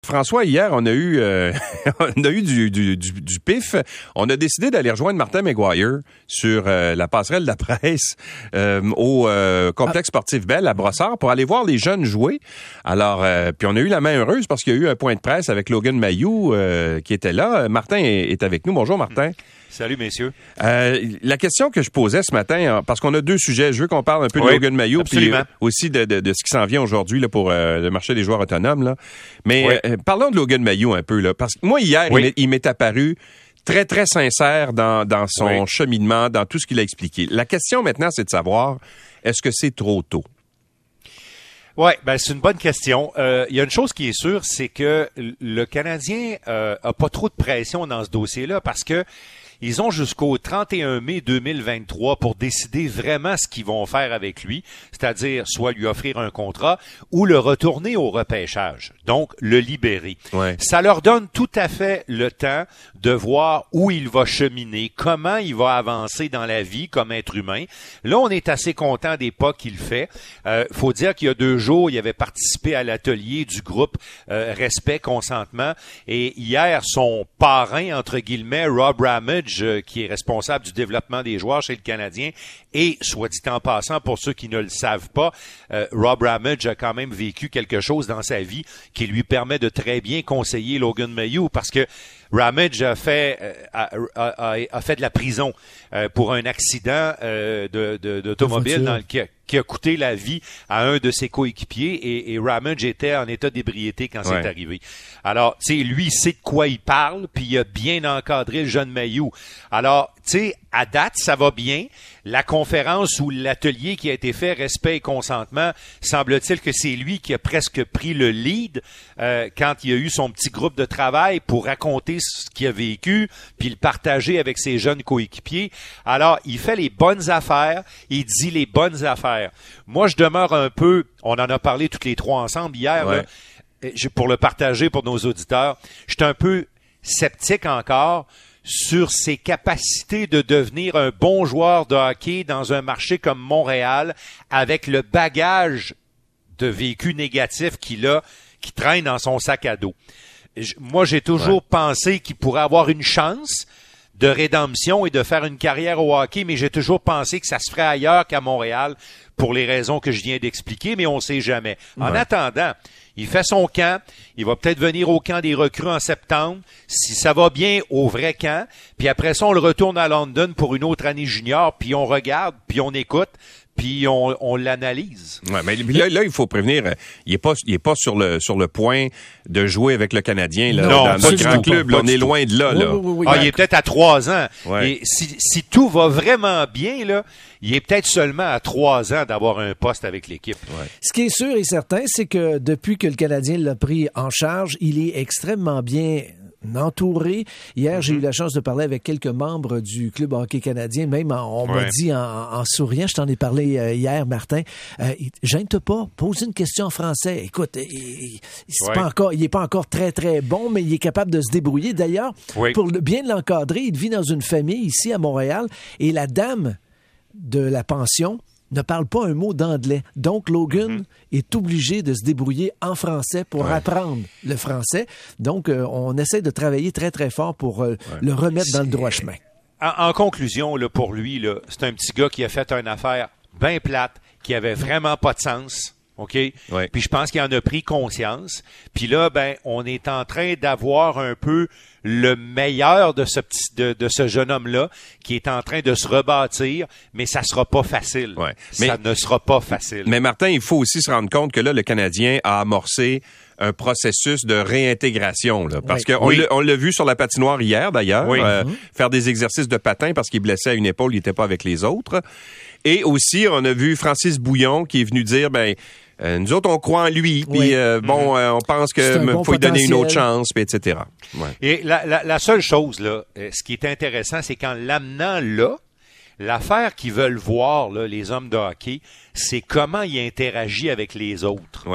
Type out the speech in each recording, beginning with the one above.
François, hier, on a eu, on a eu du pif. On a décidé d'aller rejoindre Martin McGuire sur la passerelle de la presse au complexe sportif Bell à Brossard pour aller voir les jeunes jouer. Alors, puis on a eu la main heureuse parce qu'il y a eu un point de presse avec Logan Mailloux qui était là. Martin est avec nous. Bonjour, Martin. Salut, messieurs. La question que je posais ce matin, parce qu'on a deux sujets, je veux qu'on parle un peu de Logan Mailloux, puis aussi de ce qui s'en vient aujourd'hui là, pour le marché des joueurs autonomes. Là. Mais parlons de Logan Mailloux un peu, là, parce que moi, hier, il m'est apparu très, très sincère dans son cheminement, dans tout ce qu'il a expliqué. La question maintenant, c'est de savoir, est-ce que c'est trop tôt? Oui, ben c'est une bonne question. Il y a une chose qui est sûre, c'est que le Canadien a pas trop de pression dans ce dossier-là parce que ils ont jusqu'au 31 mai 2023 pour décider vraiment ce qu'ils vont faire avec lui, c'est-à-dire soit lui offrir un contrat ou le retourner au repêchage, donc le libérer. Ouais. Ça leur donne tout à fait le temps de voir où il va cheminer, comment il va avancer dans la vie comme être humain. Là, on est assez content des pas qu'il fait. Faut dire qu'il y a 2 jours, il avait participé à l'atelier du groupe Respect, Consentement, et hier, son parrain, entre guillemets, Rob Ramage, qui est responsable du développement des joueurs chez le Canadien. Et, soit dit en passant, pour ceux qui ne le savent pas, Rob Ramage a quand même vécu quelque chose dans sa vie qui lui permet de très bien conseiller Logan Mailloux parce que Ramage a fait de la prison pour un accident d'automobile qui a coûté la vie à un de ses coéquipiers et Ramage était en état d'ébriété quand c'est arrivé. Alors, tu sais, lui, il sait de quoi il parle, puis il a bien encadré le jeune Mailloux. Alors, tu sais, à date, ça va bien. La conférence ou l'atelier qui a été fait, Respect et Consentement, semble-t-il que c'est lui qui a presque pris le lead quand il y a eu son petit groupe de travail pour raconter ce qu'il a vécu, puis le partager avec ses jeunes coéquipiers. Alors, il fait les bonnes affaires, il dit les bonnes affaires. Moi, je demeure un peu, on en a parlé toutes les 3 ensemble hier, là, pour le partager pour nos auditeurs, je suis un peu sceptique encore sur ses capacités de devenir un bon joueur de hockey dans un marché comme Montréal avec le bagage de vécu négatif qu'il a, qui traîne dans son sac à dos. Moi, j'ai toujours pensé qu'il pourrait avoir une chance de rédemption et de faire une carrière au hockey, mais j'ai toujours pensé que ça se ferait ailleurs qu'à Montréal pour les raisons que je viens d'expliquer, mais on ne sait jamais. En attendant, il fait son camp, il va peut-être venir au camp des recrues en septembre, si ça va bien, au vrai camp, puis après ça, on le retourne à London pour une autre année junior, puis on regarde, puis on écoute, puis on l'analyse. Ouais, mais là, il faut prévenir, il est pas sur le point de jouer avec le Canadien là, dans notre grand club. Là, on est loin de là. Oui. Il est peut-être à 3 ans. Ouais. Et si tout va vraiment bien, là, il est peut-être seulement à 3 ans d'avoir un poste avec l'équipe. Ouais. Ce qui est sûr et certain, c'est que depuis que le Canadien l'a pris en charge, il est extrêmement bien entouré. Hier, j'ai eu la chance de parler avec quelques membres du Club hockey canadien. Même, on m'a dit en souriant, je t'en ai parlé hier, Martin, gêne-toi pas, pose une question en français. Écoute, il est pas encore très, très bon, mais il est capable de se débrouiller. D'ailleurs, pour bien l'encadrer, il vit dans une famille ici à Montréal et la dame de la pension ne parle pas un mot d'anglais. Donc, Logan est obligé de se débrouiller en français pour apprendre le français. Donc, on essaie de travailler très, très fort pour le remettre dans le droit chemin. En conclusion, là, pour lui, là, c'est un petit gars qui a fait une affaire bien plate, qui avait vraiment pas de sens. OK? Ouais. Puis je pense qu'il en a pris conscience. Puis là, on est en train d'avoir un peu le meilleur de ce jeune homme-là qui est en train de se rebâtir, mais ça sera pas facile. Ouais. Ça ne sera pas facile. Mais Martin, il faut aussi se rendre compte que là, le Canadien a amorcé un processus de réintégration. Là, parce qu'on l'a vu sur la patinoire hier, d'ailleurs, faire des exercices de patin parce qu'il est blessé à une épaule, il n'était pas avec les autres. Et aussi, on a vu Francis Bouillon qui est venu dire, nous autres, on croit en lui, puis on pense qu'il faut lui donner une autre chance, puis etc. Ouais. Et la seule chose, là, ce qui est intéressant, c'est qu'en l'amenant là, l'affaire qu'ils veulent voir, là, les hommes de hockey, c'est comment il interagit avec les autres. Ouais.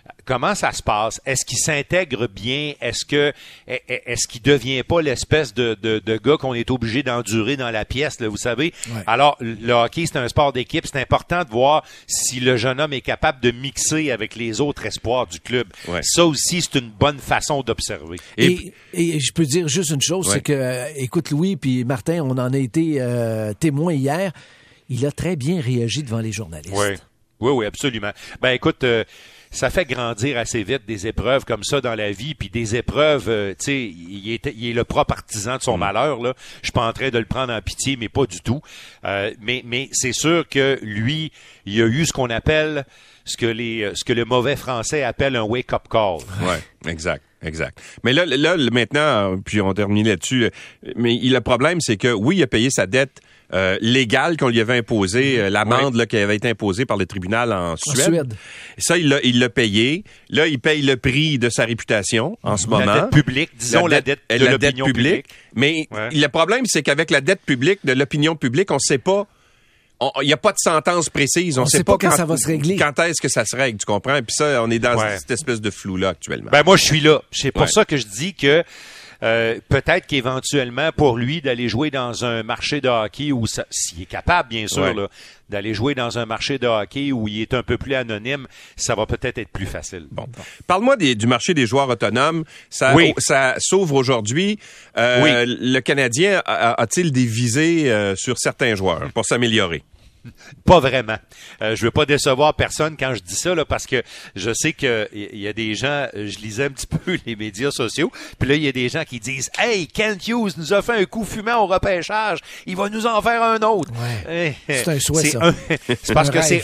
Comment ça se passe? Est-ce qu'il s'intègre bien? Est-ce qu'il devient pas l'espèce de gars qu'on est obligé d'endurer dans la pièce, là, vous savez? Ouais. Alors, le hockey, c'est un sport d'équipe. C'est important de voir si le jeune homme est capable de mixer avec les autres espoirs du club. Ouais. Ça aussi, c'est une bonne façon d'observer. Et je peux dire juste une chose, c'est que, écoute, Louis puis Martin, on en a été témoins hier. Il a très bien réagi devant les journalistes. Oui, absolument. Ben, écoute, ça fait grandir assez vite des épreuves comme ça dans la vie, puis des épreuves, tu sais, il est le propre artisan de son malheur, là. Je suis pas en train de le prendre en pitié, mais pas du tout. Mais c'est sûr que lui, il a eu ce qu'on appelle, ce que le mauvais français appelle un wake-up call. Ouais, exact. Mais là, maintenant, puis on termine là-dessus, mais le problème, c'est que, oui, il a payé sa dette légale qu'on lui avait imposée, l'amende là, qui avait été imposée par le tribunal en Suède. Ça, il l'a payé. Là, il paye le prix de sa réputation en ce moment. La dette publique, disons la dette de l'opinion publique. Mais le problème, c'est qu'avec la dette publique, de l'opinion publique, on ne sait pas. Il n'y a pas de sentence précise. On ne sait pas quand ça va se régler. Quand est-ce que ça se règle, tu comprends? Puis ça, on est dans cette espèce de flou-là actuellement. Ben moi, je suis là. C'est pour ça que je dis que peut-être qu'éventuellement, pour lui, d'aller jouer dans un marché de hockey où, s'il est capable, bien sûr, là, d'aller jouer dans un marché de hockey où il est un peu plus anonyme, ça va peut-être être plus facile. Bon. Parle-moi du marché des joueurs autonomes. Ça s'ouvre aujourd'hui. Le Canadien a-t-il des visées sur certains joueurs pour s'améliorer? Pas vraiment. Je veux pas décevoir personne quand je dis ça, là, parce que je sais que il y a des gens, je lisais un petit peu les médias sociaux, puis là, il y a des gens qui disent « Hey, Kent Hughes nous a fait un coup fumant au repêchage, il va nous en faire un autre. » C'est un souhait, ça. C'est parce que c'est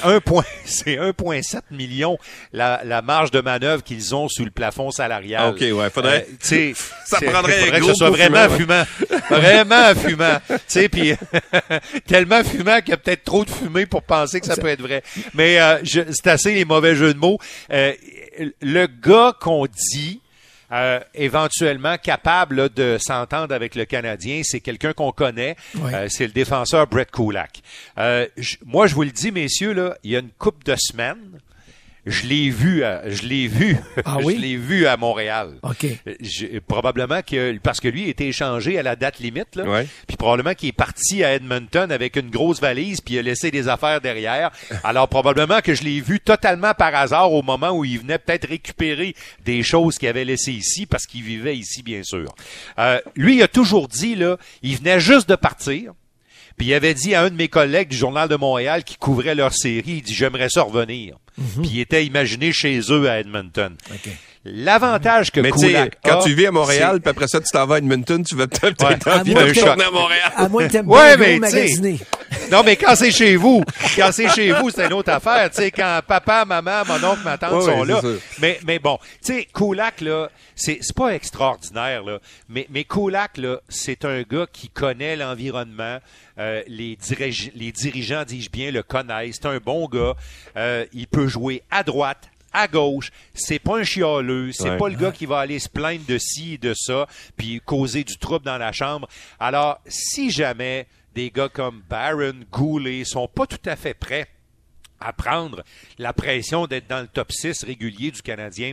1,7 million la marge de manœuvre qu'ils ont sous le plafond salarial. OK, faudrait... ça prendrait que ce soit vraiment fumant. Vraiment fumant. Tu sais, puis tellement fumant qu'il y a peut-être trop de fumée pour penser que ça peut être vrai. Mais c'est assez les mauvais jeux de mots. Le gars qu'on dit éventuellement capable là, de s'entendre avec le Canadien, c'est quelqu'un qu'on connaît. C'est le défenseur Brett Kulak. Moi, je vous le dis, messieurs, là, il y a une couple de semaines, je l'ai vu à Montréal. OK. Probablement parce que lui a été échangé à la date limite, là. Puis probablement qu'il est parti à Edmonton avec une grosse valise puis il a laissé des affaires derrière. Alors probablement que je l'ai vu totalement par hasard au moment où il venait peut-être récupérer des choses qu'il avait laissées ici parce qu'il vivait ici, bien sûr. Lui, il a toujours dit, là, il venait juste de partir. Puis il avait dit à un de mes collègues du Journal de Montréal qui couvrait leur série, il dit « J'aimerais ça revenir ». Puis il était imaginé chez eux à Edmonton. Okay. L'avantage que Kulak a... Quand tu vis à Montréal, puis après ça, tu t'en vas à Edmonton, tu vas peut-être envie de retourner à Montréal. À moins que t'aimes pas magasiner. Non, mais quand c'est chez vous, c'est une autre affaire. Tu sais, quand papa, maman, mon oncle, ma tante sont là. Mais bon, tu sais, Kulak, là, c'est pas extraordinaire, là. Mais Kulak, là, c'est un gars qui connaît l'environnement. Les dirigeants, dis-je bien, le connaissent. C'est un bon gars. Il peut jouer à droite, à gauche. C'est pas un chialeux. C'est pas le gars qui va aller se plaindre de ci et de ça, puis causer du trouble dans la chambre. Alors, si jamais des gars comme Barron, Goulet sont pas tout à fait prêts à prendre la pression d'être dans le top 6 régulier du Canadien,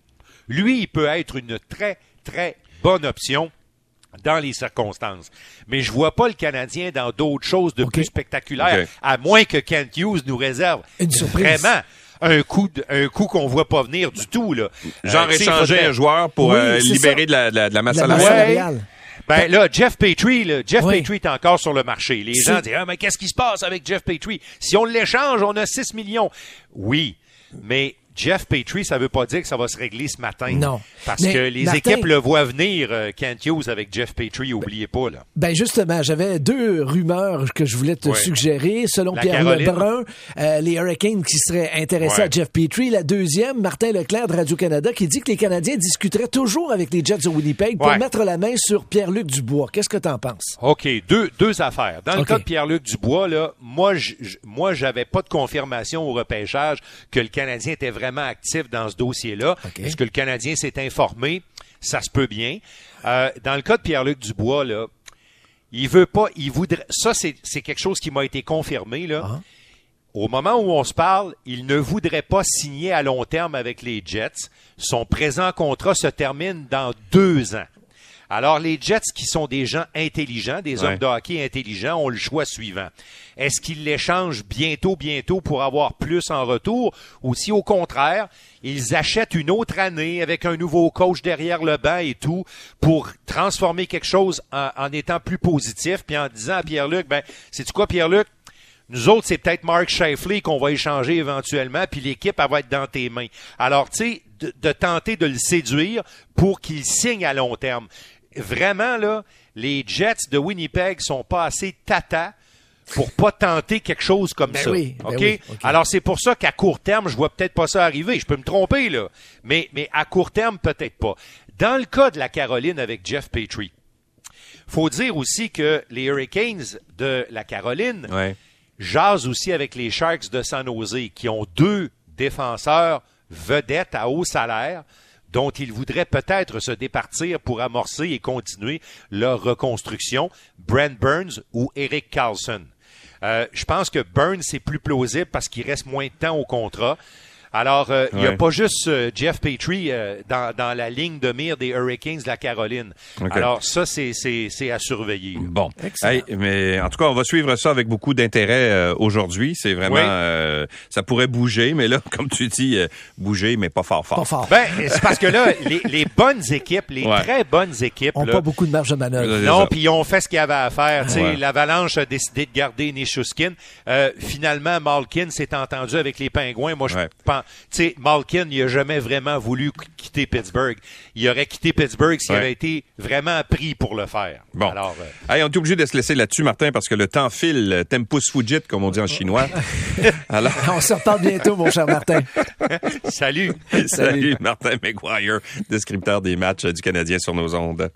lui, il peut être une très, très bonne option dans les circonstances. Mais je vois pas le Canadien dans d'autres choses de plus spectaculaires, à moins que Kent Hughes nous réserve une surprise. Vraiment un coup qu'on voit pas venir du tout, là. Genre échanger un joueur pour libérer de la masse salariale. Ben là, Jeff Petrie est encore sur le marché. Les gens disent « Ah, mais qu'est-ce qui se passe avec Jeff Petrie? Si on l'échange, on a 6 millions. » Oui, mais Jeff Petrie, ça veut pas dire que ça va se régler ce matin. Non. Parce que les équipes le voient venir, Kent Hughes avec Jeff Petrie, oubliez pas, là. Ben justement, j'avais 2 rumeurs que je voulais te suggérer. Selon Pierre Lebrun, les Hurricanes qui seraient intéressés à Jeff Petrie. La deuxième, Martin Leclerc de Radio-Canada qui dit que les Canadiens discuteraient toujours avec les Jets de Winnipeg pour mettre la main sur Pierre-Luc Dubois. Qu'est-ce que t'en penses? OK, deux affaires. Dans le cas de Pierre-Luc Dubois, là, moi, j'avais pas de confirmation au repêchage que le Canadien était vraiment actif dans ce dossier-là. Est-ce que le Canadien s'est informé? Ça se peut bien. Dans le cas de Pierre-Luc Dubois, là, il voudrait... Ça, c'est quelque chose qui m'a été confirmé, là. Au moment où on se parle, il ne voudrait pas signer à long terme avec les Jets. Son présent contrat se termine dans 2 ans. Alors, les Jets, qui sont des gens intelligents, des hommes de hockey intelligents, ont le choix suivant. Est-ce qu'ils l'échangent bientôt pour avoir plus en retour? Ou si, au contraire, ils achètent une autre année avec un nouveau coach derrière le banc et tout pour transformer quelque chose en étant plus positif, puis en disant à Pierre-Luc, sais-tu quoi, Pierre-Luc? Nous autres, c'est peut-être Mark Scheifele qu'on va échanger éventuellement, puis l'équipe, elle va être dans tes mains. Alors, tu sais, de tenter de le séduire pour qu'il signe à long terme. Vraiment, là, les Jets de Winnipeg sont pas assez tata pour pas tenter quelque chose comme ça. Oui, OK? Alors, c'est pour ça qu'à court terme, je vois peut-être pas ça arriver. Je peux me tromper, là. Mais à court terme, peut-être pas. Dans le cas de la Caroline avec Jeff Petrie, faut dire aussi que les Hurricanes de la Caroline jasent aussi avec les Sharks de San Jose, qui ont 2 défenseurs vedettes à haut salaire, dont ils voudraient peut-être se départir pour amorcer et continuer leur reconstruction, Brent Burns ou Erik Karlsson. Je pense que Burns, c'est plus plausible parce qu'il reste moins de temps au contrat. Alors, il n'y a pas juste Jeff Petrie dans la ligne de mire des Hurricanes de la Caroline. Alors, ça, c'est à surveiller. Bon. Hey, mais en tout cas, on va suivre ça avec beaucoup d'intérêt aujourd'hui. C'est vraiment... ça pourrait bouger, mais là, comme tu dis, bouger, mais pas fort. Pas fort. C'est parce que là, les bonnes équipes, les très bonnes équipes... n'ont pas beaucoup de marge de manœuvre. Non, puis ils ont fait ce qu'il y avait à faire. L'Avalanche a décidé de garder Nichushkin. Finalement, Malkin s'est entendu avec les Pingouins. Moi, je pense... Tu sais, Malkin, il a jamais vraiment voulu quitter Pittsburgh. Il aurait quitté Pittsburgh s'il avait été vraiment pris pour le faire. Bon. Alors, on est obligé de se laisser là-dessus, Martin, parce que le temps file, tempus fugit, comme on dit en chinois. Alors... On se reparle bientôt, mon cher Martin. Salut. Salut, Martin McGuire, descripteur des matchs du Canadien sur nos ondes.